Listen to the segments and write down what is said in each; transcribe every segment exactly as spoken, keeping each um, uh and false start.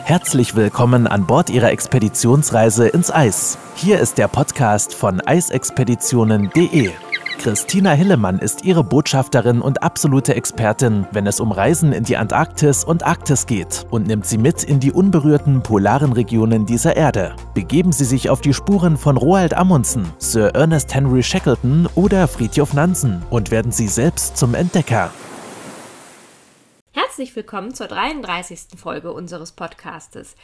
Herzlich willkommen an Bord Ihrer Expeditionsreise ins Eis. Hier ist der Podcast von eisexpeditionen punkt de. Christina Hillemann ist Ihre Botschafterin und absolute Expertin, wenn es um Reisen in die Antarktis und Arktis geht, und nimmt Sie mit in die unberührten polaren Regionen dieser Erde. Begeben Sie sich auf die Spuren von Roald Amundsen, Sir Ernest Henry Shackleton oder Fridtjof Nansen und werden Sie selbst zum Entdecker. Herzlich willkommen zur dreiunddreißigsten Folge unseres Podcastes.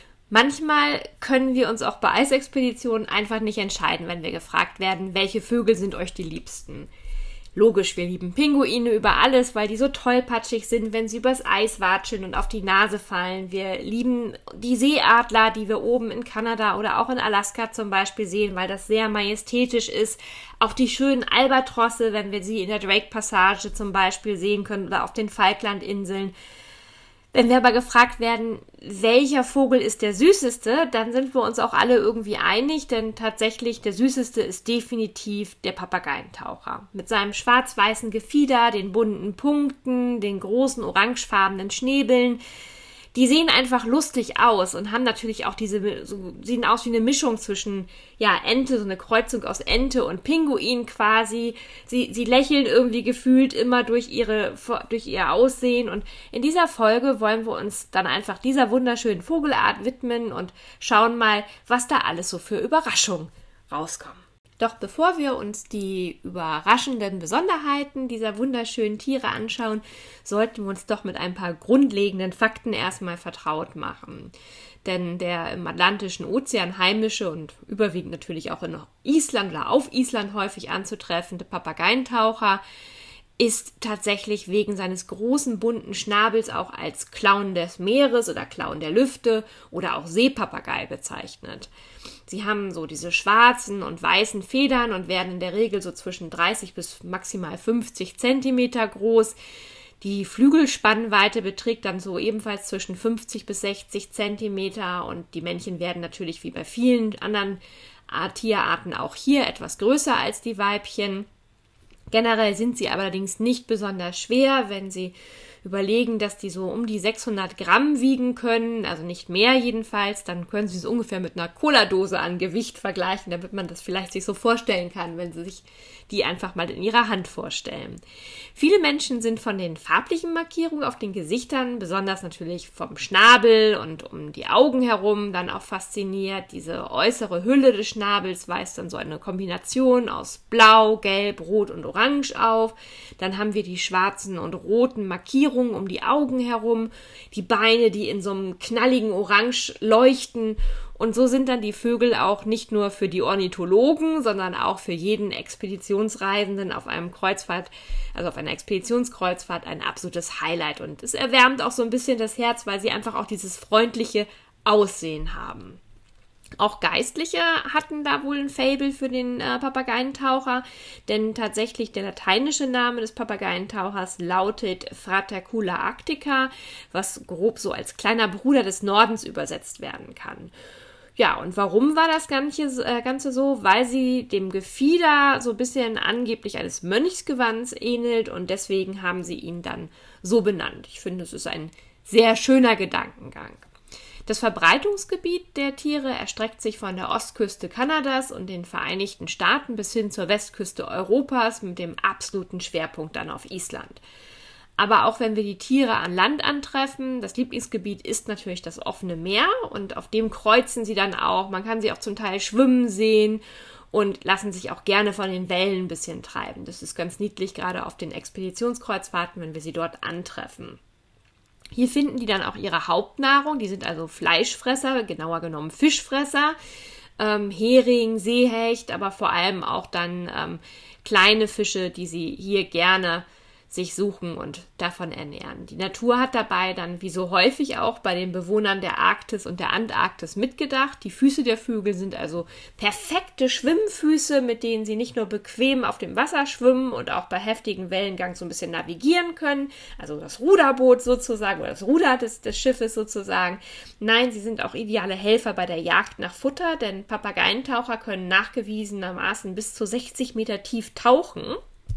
Manchmal können wir uns auch bei Eisexpeditionen einfach nicht entscheiden, wenn wir gefragt werden, welche Vögel sind euch die liebsten. Logisch, wir lieben Pinguine über alles, weil die so tollpatschig sind, wenn sie übers Eis watscheln und auf die Nase fallen. Wir lieben die Seeadler, die wir oben in Kanada oder auch in Alaska zum Beispiel sehen, weil das sehr majestätisch ist. Auch die schönen Albatrosse, wenn wir sie in der Drake-Passage zum Beispiel sehen können oder auf den Falklandinseln. Wenn wir aber gefragt werden, welcher Vogel ist der süßeste, dann sind wir uns auch alle irgendwie einig, denn tatsächlich der süßeste ist definitiv der Papageientaucher. Mit seinem schwarz-weißen Gefieder, den bunten Punkten, den großen orangefarbenen Schnäbeln. Die sehen einfach lustig aus und haben natürlich auch diese, so, sehen aus wie eine Mischung zwischen, ja, Ente, so eine Kreuzung aus Ente und Pinguin quasi. Sie, sie lächeln irgendwie gefühlt immer durch ihre, durch ihr Aussehen, und in dieser Folge wollen wir uns dann einfach dieser wunderschönen Vogelart widmen und schauen mal, was da alles so für Überraschungen rauskommen. Doch bevor wir uns die überraschenden Besonderheiten dieser wunderschönen Tiere anschauen, sollten wir uns doch mit ein paar grundlegenden Fakten erstmal vertraut machen. Denn der im Atlantischen Ozean heimische und überwiegend natürlich auch in Island oder auf Island häufig anzutreffende Papageientaucher ist tatsächlich wegen seines großen bunten Schnabels auch als Clown des Meeres oder Clown der Lüfte oder auch Seepapagei bezeichnet. Sie haben so diese schwarzen und weißen Federn und werden in der Regel so zwischen dreißig bis maximal fünfzig Zentimeter groß. Die Flügelspannweite beträgt dann so ebenfalls zwischen fünfzig bis sechzig Zentimeter, und die Männchen werden natürlich wie bei vielen anderen Tierarten auch hier etwas größer als die Weibchen. Generell sind sie allerdings nicht besonders schwer, wenn Sie überlegen, dass die so um die sechshundert Gramm wiegen können, also nicht mehr jedenfalls, dann können Sie es ungefähr mit einer Cola-Dose an Gewicht vergleichen, damit man das vielleicht sich so vorstellen kann, wenn Sie sich die einfach mal in Ihrer Hand vorstellen. Viele Menschen sind von den farblichen Markierungen auf den Gesichtern, besonders natürlich vom Schnabel und um die Augen herum, dann auch fasziniert. Diese äußere Hülle des Schnabels weist dann so eine Kombination aus Blau, Gelb, Rot und Orange auf. Dann haben wir die schwarzen und roten Markierungen um die Augen herum, die Beine, die in so einem knalligen Orange leuchten. Und so sind dann die Vögel auch nicht nur für die Ornithologen, sondern auch für jeden Expeditionsreisenden auf einem Kreuzfahrt, also auf einer Expeditionskreuzfahrt, ein absolutes Highlight. Und es erwärmt auch so ein bisschen das Herz, weil sie einfach auch dieses freundliche Aussehen haben. Auch Geistliche hatten da wohl ein Faible für den äh, Papageientaucher, denn tatsächlich der lateinische Name des Papageientauchers lautet Fratercula arctica, was grob so als kleiner Bruder des Nordens übersetzt werden kann. Ja, und warum war das Ganze, äh, Ganze so? Weil sie dem Gefieder so ein bisschen angeblich eines Mönchsgewands ähnelt, und deswegen haben sie ihn dann so benannt. Ich finde, es ist ein sehr schöner Gedankengang. Das Verbreitungsgebiet der Tiere erstreckt sich von der Ostküste Kanadas und den Vereinigten Staaten bis hin zur Westküste Europas mit dem absoluten Schwerpunkt dann auf Island. Aber auch wenn wir die Tiere an Land antreffen, das Lieblingsgebiet ist natürlich das offene Meer, und auf dem kreuzen sie dann auch. Man kann sie auch zum Teil schwimmen sehen und lassen sich auch gerne von den Wellen ein bisschen treiben. Das ist ganz niedlich, gerade auf den Expeditionskreuzfahrten, wenn wir sie dort antreffen. Hier finden die dann auch ihre Hauptnahrung, die sind also Fleischfresser, genauer genommen Fischfresser, ähm, Hering, Seehecht, aber vor allem auch dann ähm, kleine Fische, die sie hier gerne sich suchen und davon ernähren. Die Natur hat dabei dann, wie so häufig auch bei den Bewohnern der Arktis und der Antarktis, mitgedacht. Die Füße der Vögel sind also perfekte Schwimmfüße, mit denen sie nicht nur bequem auf dem Wasser schwimmen und auch bei heftigem Wellengang so ein bisschen navigieren können, also das Ruderboot sozusagen oder das Ruder des, des Schiffes sozusagen. Nein, sie sind auch ideale Helfer bei der Jagd nach Futter, denn Papageientaucher können nachgewiesenermaßen bis zu sechzig Meter tief tauchen.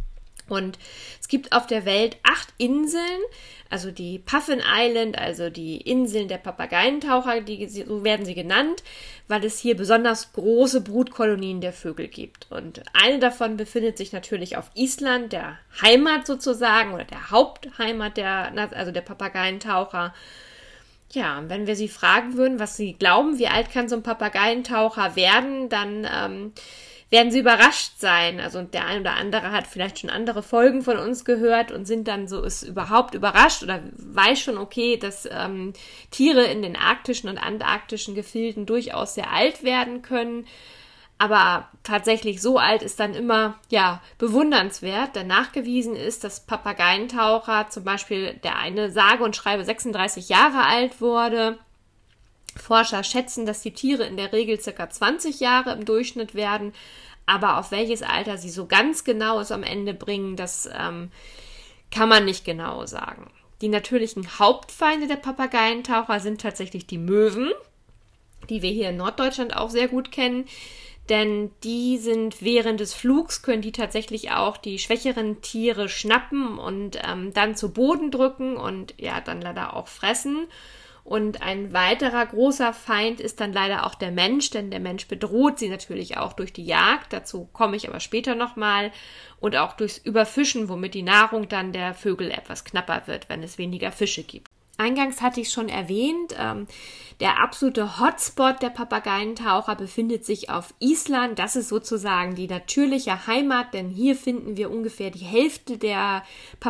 Und es gibt auf der Welt acht Inseln, also die Puffin Island, also die Inseln der Papageientaucher, die, so werden sie genannt, weil es hier besonders große Brutkolonien der Vögel gibt. Und eine davon befindet sich natürlich auf Island, der Heimat sozusagen, oder der Hauptheimat der, also der Papageientaucher. Ja, und wenn wir sie fragen würden, was sie glauben, wie alt kann so ein Papageientaucher werden, dann ähm, werden sie überrascht sein. Also der ein oder andere hat vielleicht schon andere Folgen von uns gehört und sind dann so ist überhaupt überrascht oder weiß schon, okay, dass ähm, Tiere in den arktischen und antarktischen Gefilden durchaus sehr alt werden können. Aber tatsächlich so alt ist dann immer, ja, bewundernswert, denn nachgewiesen ist, dass Papageientaucher, zum Beispiel der eine sage und schreibe sechsunddreißig Jahre alt wurde. Forscher schätzen, dass die Tiere in der Regel ca. zwanzig Jahre im Durchschnitt werden, aber auf welches Alter sie so ganz genau es am Ende bringen, das ähm, kann man nicht genau sagen. Die natürlichen Hauptfeinde der Papageientaucher sind tatsächlich die Möwen, die wir hier in Norddeutschland auch sehr gut kennen, denn die sind während des Flugs, können die tatsächlich auch die schwächeren Tiere schnappen und ähm, dann zu Boden drücken und ja, dann leider auch fressen. Und ein weiterer großer Feind ist dann leider auch der Mensch, denn der Mensch bedroht sie natürlich auch durch die Jagd, dazu komme ich aber später nochmal, und auch durchs Überfischen, womit die Nahrung dann der Vögel etwas knapper wird, wenn es weniger Fische gibt. Eingangs hatte ich schon erwähnt, ähm, der absolute Hotspot der Papageientaucher befindet sich auf Island. Das ist sozusagen die natürliche Heimat, denn hier finden wir ungefähr die Hälfte der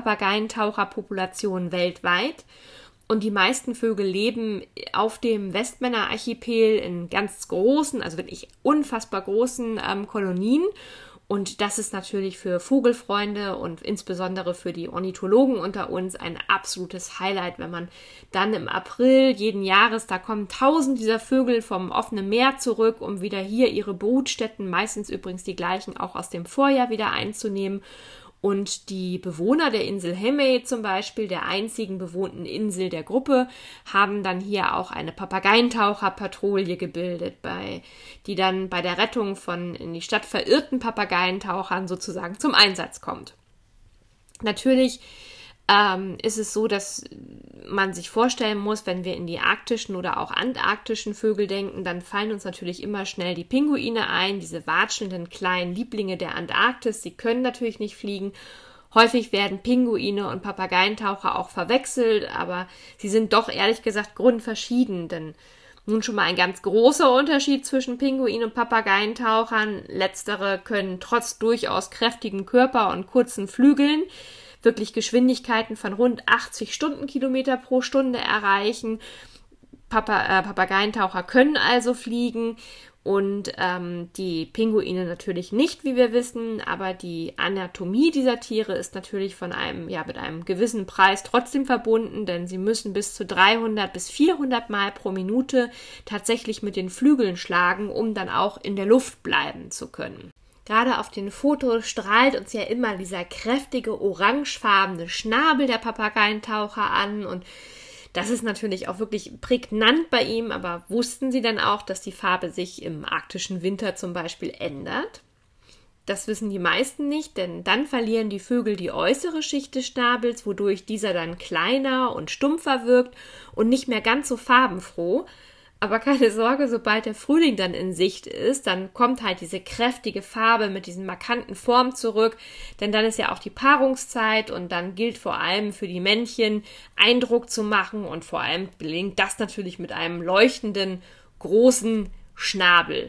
Papageientaucherpopulation weltweit. Und die meisten Vögel leben auf dem Westmänner-Archipel in ganz großen, also wirklich unfassbar großen ähm, Kolonien. Und das ist natürlich für Vogelfreunde und insbesondere für die Ornithologen unter uns ein absolutes Highlight, wenn man dann im April jeden Jahres, da kommen tausend dieser Vögel vom offenen Meer zurück, um wieder hier ihre Brutstätten, meistens übrigens die gleichen, auch aus dem Vorjahr wieder einzunehmen. Und die Bewohner der Insel Heimaey zum Beispiel, der einzigen bewohnten Insel der Gruppe, haben dann hier auch eine Papageientaucherpatrouille gebildet, bei, die dann bei der Rettung von in die Stadt verirrten Papageientauchern sozusagen zum Einsatz kommt. Natürlich ähm, ist es so, dass man sich vorstellen muss, wenn wir in die arktischen oder auch antarktischen Vögel denken, dann fallen uns natürlich immer schnell die Pinguine ein, diese watschelnden kleinen Lieblinge der Antarktis. Sie können natürlich nicht fliegen. Häufig werden Pinguine und Papageientaucher auch verwechselt, aber sie sind doch ehrlich gesagt grundverschieden, denn nun schon mal ein ganz großer Unterschied zwischen Pinguinen und Papageientauchern. Letztere können trotz durchaus kräftigem Körper und kurzen Flügeln wirklich Geschwindigkeiten von rund achtzig Stundenkilometer pro Stunde erreichen. Papa, äh, Papageientaucher können also fliegen und ähm, die Pinguine natürlich nicht, wie wir wissen, aber die Anatomie dieser Tiere ist natürlich von einem, ja, mit einem gewissen Preis trotzdem verbunden, denn sie müssen bis zu dreihundert bis vierhundert Mal pro Minute tatsächlich mit den Flügeln schlagen, um dann auch in der Luft bleiben zu können. Gerade auf den Fotos strahlt uns ja immer dieser kräftige orangefarbene Schnabel der Papageientaucher an und das ist natürlich auch wirklich prägnant bei ihm, aber wussten Sie denn auch, dass die Farbe sich im arktischen Winter zum Beispiel ändert? Das wissen die meisten nicht, denn dann verlieren die Vögel die äußere Schicht des Schnabels, wodurch dieser dann kleiner und stumpfer wirkt und nicht mehr ganz so farbenfroh. Aber keine Sorge, sobald der Frühling dann in Sicht ist, dann kommt halt diese kräftige Farbe mit diesen markanten Formen zurück, denn dann ist ja auch die Paarungszeit und dann gilt vor allem für die Männchen Eindruck zu machen und vor allem gelingt das natürlich mit einem leuchtenden, großen Schnabel.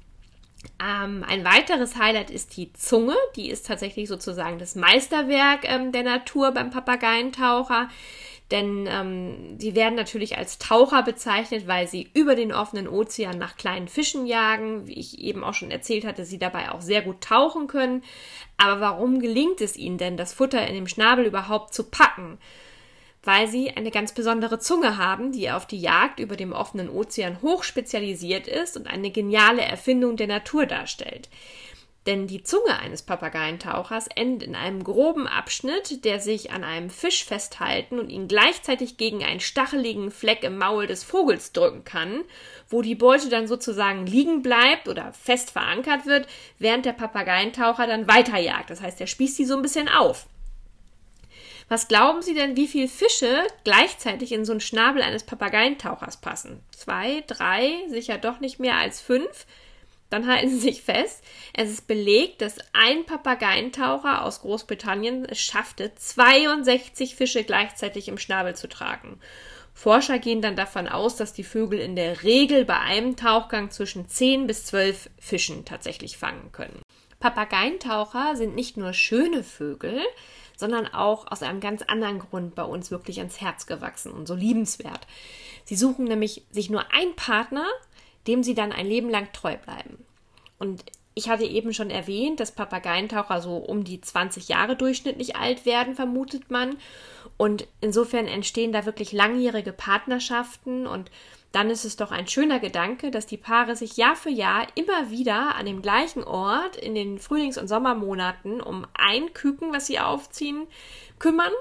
Ähm, ein weiteres Highlight ist die Zunge, die ist tatsächlich sozusagen das Meisterwerk ähm, der Natur beim Papageientaucher. Denn ähm, sie werden natürlich als Taucher bezeichnet, weil sie über den offenen Ozean nach kleinen Fischen jagen. Wie ich eben auch schon erzählt hatte, sie dabei auch sehr gut tauchen können. Aber warum gelingt es ihnen denn, das Futter in dem Schnabel überhaupt zu packen? Weil sie eine ganz besondere Zunge haben, die auf die Jagd über dem offenen Ozean hoch spezialisiert ist und eine geniale Erfindung der Natur darstellt. Denn die Zunge eines Papageientauchers endet in einem groben Abschnitt, der sich an einem Fisch festhalten und ihn gleichzeitig gegen einen stacheligen Fleck im Maul des Vogels drücken kann, wo die Beute dann sozusagen liegen bleibt oder fest verankert wird, während der Papageientaucher dann weiterjagt. Das heißt, er spießt sie so ein bisschen auf. Was glauben Sie denn, wie viele Fische gleichzeitig in so einen Schnabel eines Papageientauchers passen? Zwei, drei, sicher doch nicht mehr als fünf? Dann halten Sie sich fest, es ist belegt, dass ein Papageientaucher aus Großbritannien es schaffte, zweiundsechzig Fische gleichzeitig im Schnabel zu tragen. Forscher gehen dann davon aus, dass die Vögel in der Regel bei einem Tauchgang zwischen zehn bis zwölf Fischen tatsächlich fangen können. Papageientaucher sind nicht nur schöne Vögel, sondern auch aus einem ganz anderen Grund bei uns wirklich ans Herz gewachsen und so liebenswert. Sie suchen nämlich sich nur einen Partner, dem sie dann ein Leben lang treu bleiben. Und ich hatte eben schon erwähnt, dass Papageientaucher so um die zwanzig Jahre durchschnittlich alt werden, vermutet man. Und insofern entstehen da wirklich langjährige Partnerschaften und dann ist es doch ein schöner Gedanke, dass die Paare sich Jahr für Jahr immer wieder an dem gleichen Ort in den Frühlings- und Sommermonaten um ein Küken, was sie aufziehen, kümmern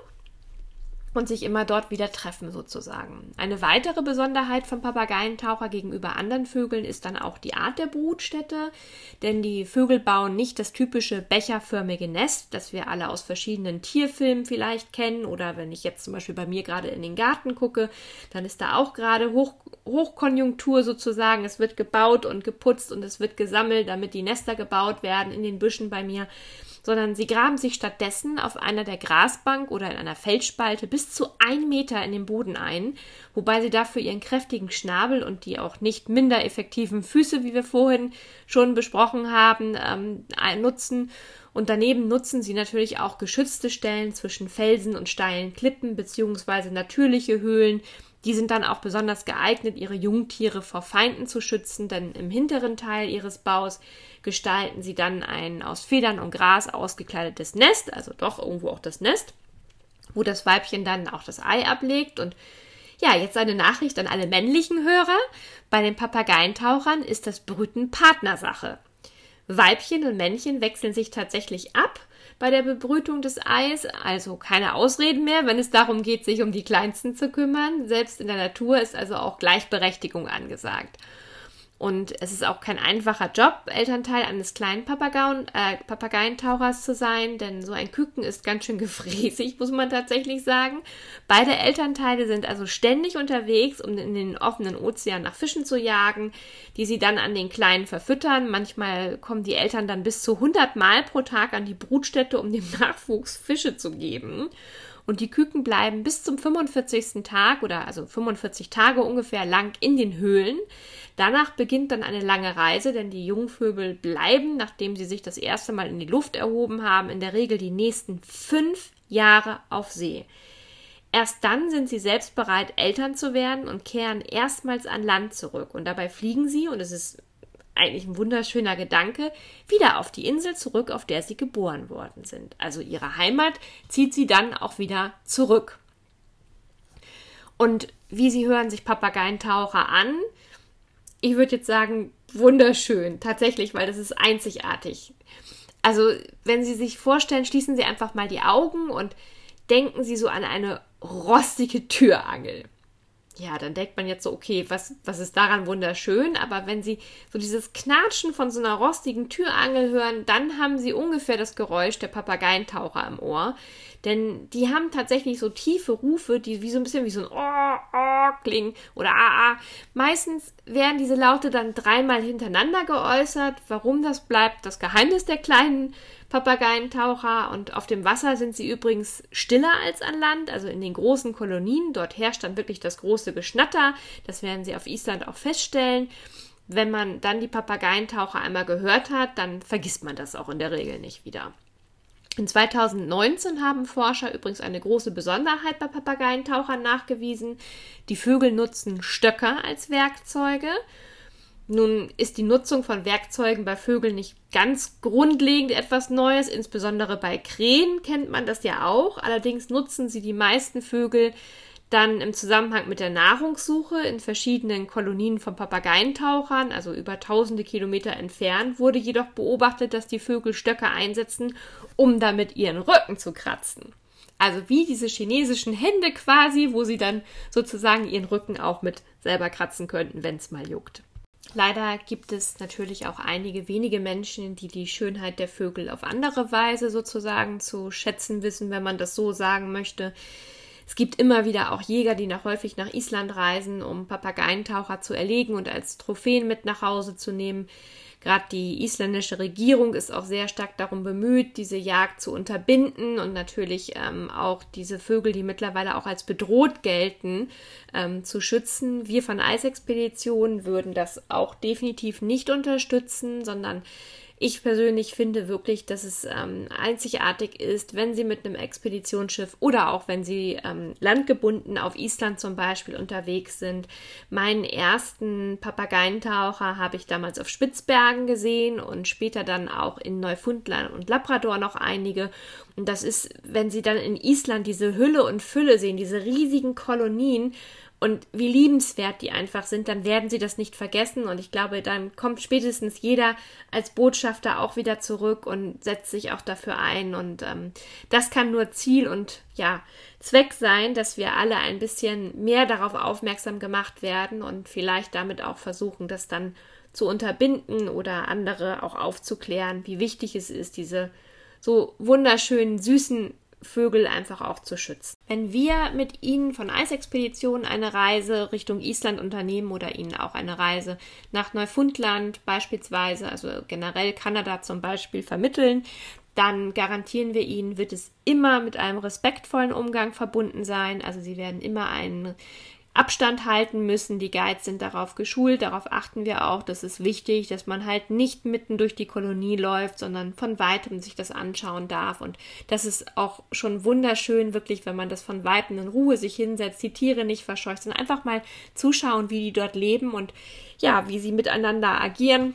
und sich immer dort wieder treffen sozusagen. Eine weitere Besonderheit vom Papageientaucher gegenüber anderen Vögeln ist dann auch die Art der Brutstätte, denn die Vögel bauen nicht das typische becherförmige Nest, das wir alle aus verschiedenen Tierfilmen vielleicht kennen, oder wenn ich jetzt zum Beispiel bei mir gerade in den Garten gucke, dann ist da auch gerade Hoch, Hochkonjunktur sozusagen, es wird gebaut und geputzt und es wird gesammelt, damit die Nester gebaut werden in den Büschen bei mir, sondern sie graben sich stattdessen auf einer der Grasbank oder in einer Felsspalte bis zu ein Meter in den Boden ein, wobei sie dafür ihren kräftigen Schnabel und die auch nicht minder effektiven Füße, wie wir vorhin schon besprochen haben, ähm, nutzen. Und daneben nutzen sie natürlich auch geschützte Stellen zwischen Felsen und steilen Klippen beziehungsweise natürliche Höhlen. Die sind dann auch besonders geeignet, ihre Jungtiere vor Feinden zu schützen, denn im hinteren Teil ihres Baus gestalten sie dann ein aus Federn und Gras ausgekleidetes Nest, also doch irgendwo auch das Nest, wo das Weibchen dann auch das Ei ablegt. Und ja, jetzt eine Nachricht an alle männlichen Hörer. Bei den Papageientauchern ist das Brüten Partnersache. Weibchen und Männchen wechseln sich tatsächlich ab bei der Bebrütung des Eis, also keine Ausreden mehr, wenn es darum geht, sich um die Kleinsten zu kümmern. Selbst in der Natur ist also auch Gleichberechtigung angesagt. Und es ist auch kein einfacher Job, Elternteil eines kleinen Papageien, äh, Papageientauchers zu sein, denn so ein Küken ist ganz schön gefräßig, muss man tatsächlich sagen. Beide Elternteile sind also ständig unterwegs, um in den offenen Ozean nach Fischen zu jagen, die sie dann an den Kleinen verfüttern. Manchmal kommen die Eltern dann bis zu hundert Mal pro Tag an die Brutstätte, um dem Nachwuchs Fische zu geben. Und die Küken bleiben bis zum fünfundvierzigsten Tag oder also fünfundvierzig Tage ungefähr lang in den Höhlen. Danach beginnt dann eine lange Reise, denn die Jungvögel bleiben, nachdem sie sich das erste Mal in die Luft erhoben haben, in der Regel die nächsten fünf Jahre auf See. Erst dann sind sie selbst bereit, Eltern zu werden und kehren erstmals an Land zurück. Und dabei fliegen sie, und es ist eigentlich ein wunderschöner Gedanke, wieder auf die Insel zurück, auf der sie geboren worden sind. Also ihre Heimat zieht sie dann auch wieder zurück. Und wie Sie hören sich Papageientaucher an, ich würde jetzt sagen, wunderschön, tatsächlich, weil das ist einzigartig. Also wenn Sie sich vorstellen, schließen Sie einfach mal die Augen und denken Sie so an eine rostige Türangel. Ja, dann denkt man jetzt so, okay, was, was ist daran wunderschön? Aber wenn Sie so dieses Knatschen von so einer rostigen Türangel hören, dann haben Sie ungefähr das Geräusch der Papageientaucher im Ohr. Denn die haben tatsächlich so tiefe Rufe, die wie so ein bisschen wie so ein Oh, Oh klingen oder Ah, Ah. Meistens werden diese Laute dann dreimal hintereinander geäußert. Warum das bleibt, das Geheimnis der kleinen Papageientaucher. Und auf dem Wasser sind sie übrigens stiller als an Land, also in den großen Kolonien. Dort herrscht dann wirklich das große Geschnatter. Das werden Sie auf Island auch feststellen. Wenn man dann die Papageientaucher einmal gehört hat, dann vergisst man das auch in der Regel nicht wieder. In zweitausendneunzehn haben Forscher übrigens eine große Besonderheit bei Papageientauchern nachgewiesen. Die Vögel nutzen Stöcker als Werkzeuge. Nun ist die Nutzung von Werkzeugen bei Vögeln nicht ganz grundlegend etwas Neues, insbesondere bei Krähen kennt man das ja auch. Allerdings nutzen sie die meisten Vögel Dann im Zusammenhang mit der Nahrungssuche in verschiedenen Kolonien von Papageientauchern, also über tausende Kilometer entfernt, wurde jedoch beobachtet, dass die Vögel Stöcke einsetzen, um damit ihren Rücken zu kratzen. Also wie diese chinesischen Hände quasi, wo sie dann sozusagen ihren Rücken auch mit selber kratzen könnten, wenn es mal juckt. Leider gibt es natürlich auch einige wenige Menschen, die die Schönheit der Vögel auf andere Weise sozusagen zu schätzen wissen, wenn man das so sagen möchte. Es gibt immer wieder auch Jäger, die nach, häufig nach Island reisen, um Papageientaucher zu erlegen und als Trophäen mit nach Hause zu nehmen. Gerade die isländische Regierung ist auch sehr stark darum bemüht, diese Jagd zu unterbinden und natürlich ähm, auch diese Vögel, die mittlerweile auch als bedroht gelten, ähm, zu schützen. Wir von Eisexpeditionen würden das auch definitiv nicht unterstützen, sondern ich persönlich finde wirklich, dass es ähm, einzigartig ist, wenn Sie mit einem Expeditionsschiff oder auch wenn Sie ähm, landgebunden auf Island zum Beispiel unterwegs sind. Meinen ersten Papageientaucher habe ich damals auf Spitzbergen gesehen und später dann auch in Neufundland und Labrador noch einige. Und das ist, wenn Sie dann in Island diese Hülle und Fülle sehen, diese riesigen Kolonien, und wie liebenswert die einfach sind, dann werden sie das nicht vergessen. Und ich glaube, dann kommt spätestens jeder als Botschafter auch wieder zurück und setzt sich auch dafür ein. Und ähm, das kann nur Ziel und ja Zweck sein, dass wir alle ein bisschen mehr darauf aufmerksam gemacht werden und vielleicht damit auch versuchen, das dann zu unterbinden oder andere auch aufzuklären, wie wichtig es ist, diese so wunderschönen, süßen Vögel einfach auch zu schützen. Wenn wir mit Ihnen von Eisexpeditionen eine Reise Richtung Island unternehmen oder Ihnen auch eine Reise nach Neufundland beispielsweise, also generell Kanada zum Beispiel vermitteln, dann garantieren wir Ihnen, wird es immer mit einem respektvollen Umgang verbunden sein. Also Sie werden immer einen Abstand halten müssen. Die Guides sind darauf geschult, darauf achten wir auch. Das ist wichtig, dass man halt nicht mitten durch die Kolonie läuft, sondern von Weitem sich das anschauen darf. Und das ist auch schon wunderschön, wirklich, wenn man das von Weitem in Ruhe sich hinsetzt, die Tiere nicht verscheucht, sondern einfach mal zuschauen, wie die dort leben und ja, wie sie miteinander agieren,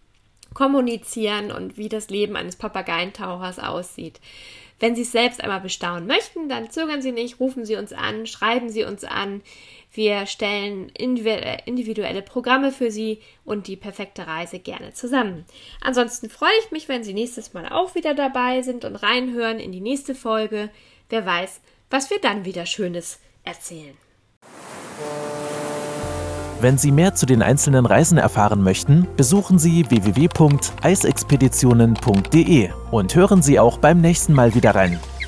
kommunizieren und wie das Leben eines Papageientauchers aussieht. Wenn Sie es selbst einmal bestaunen möchten, dann zögern Sie nicht, rufen Sie uns an, schreiben Sie uns an. Wir stellen individuelle Programme für Sie und die perfekte Reise gerne zusammen. Ansonsten freue ich mich, wenn Sie nächstes Mal auch wieder dabei sind und reinhören in die nächste Folge. Wer weiß, was wir dann wieder Schönes erzählen. Wenn Sie mehr zu den einzelnen Reisen erfahren möchten, besuchen Sie w w w punkt eisexpeditionen punkt d e und hören Sie auch beim nächsten Mal wieder rein.